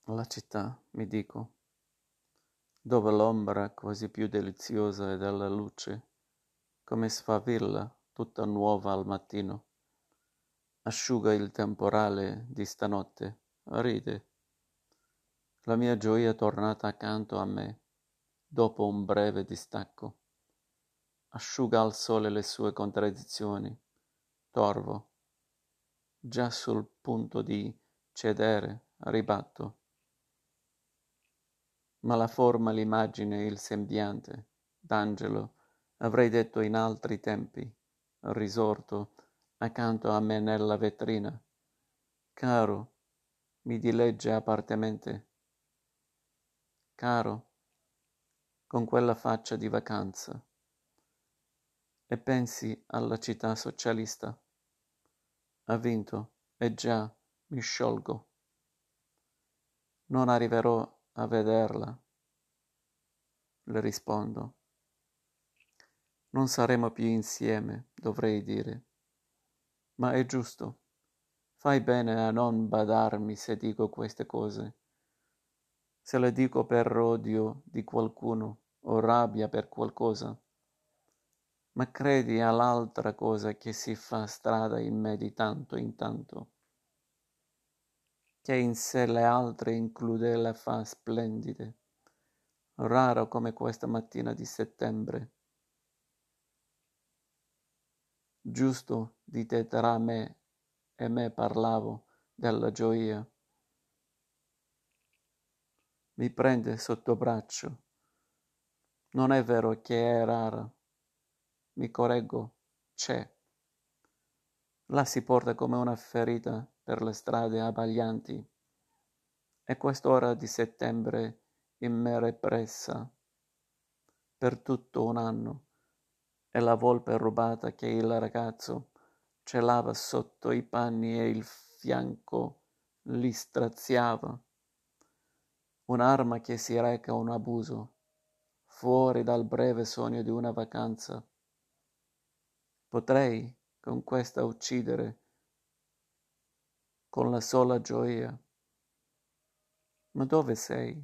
La città, mi dico, dove l'ombra quasi più deliziosa è della luce, come sfavilla tutta nuova al mattino, asciuga il temporale di stanotte, ride. La mia gioia tornata accanto a me, dopo un breve distacco, asciuga al sole le sue contraddizioni, torvo, già sul punto di cedere, ribatto. Ma la forma, l'immagine, il sembiante d'angelo, avrei detto in altri tempi, risorto accanto a me nella vetrina, caro, mi dilegge apertamente, caro, con quella faccia di vacanza, e pensi alla città socialista. Ha vinto, e già mi sciolgo. Non arriverò a vederla, le rispondo. Non saremo più insieme, dovrei dire. Ma è giusto. Fai bene a non badarmi se dico queste cose. Se le dico per odio di qualcuno o rabbia per qualcosa. Ma credi all'altra cosa che si fa strada in me di tanto in tanto, che in sé le altre include e le fa splendide, raro come questa mattina di settembre. Giusto di te tra me e me parlavo della gioia. Mi prende sotto braccio. Non è vero che è rara. Mi correggo, c'è. La si porta come una ferita per le strade abbaglianti. E quest'ora di settembre in me repressa per tutto un anno. E la volpe rubata che il ragazzo celava sotto i panni e il fianco li straziava. Un'arma che si reca un abuso, fuori dal breve sogno di una vacanza. Potrei con questa uccidere, con la sola gioia. Ma dove sei?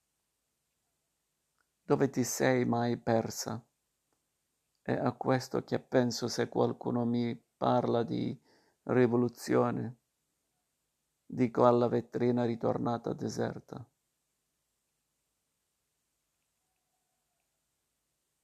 Dove ti sei mai persa? È a questo che penso se qualcuno mi parla di rivoluzione. Dico alla vetrina ritornata deserta.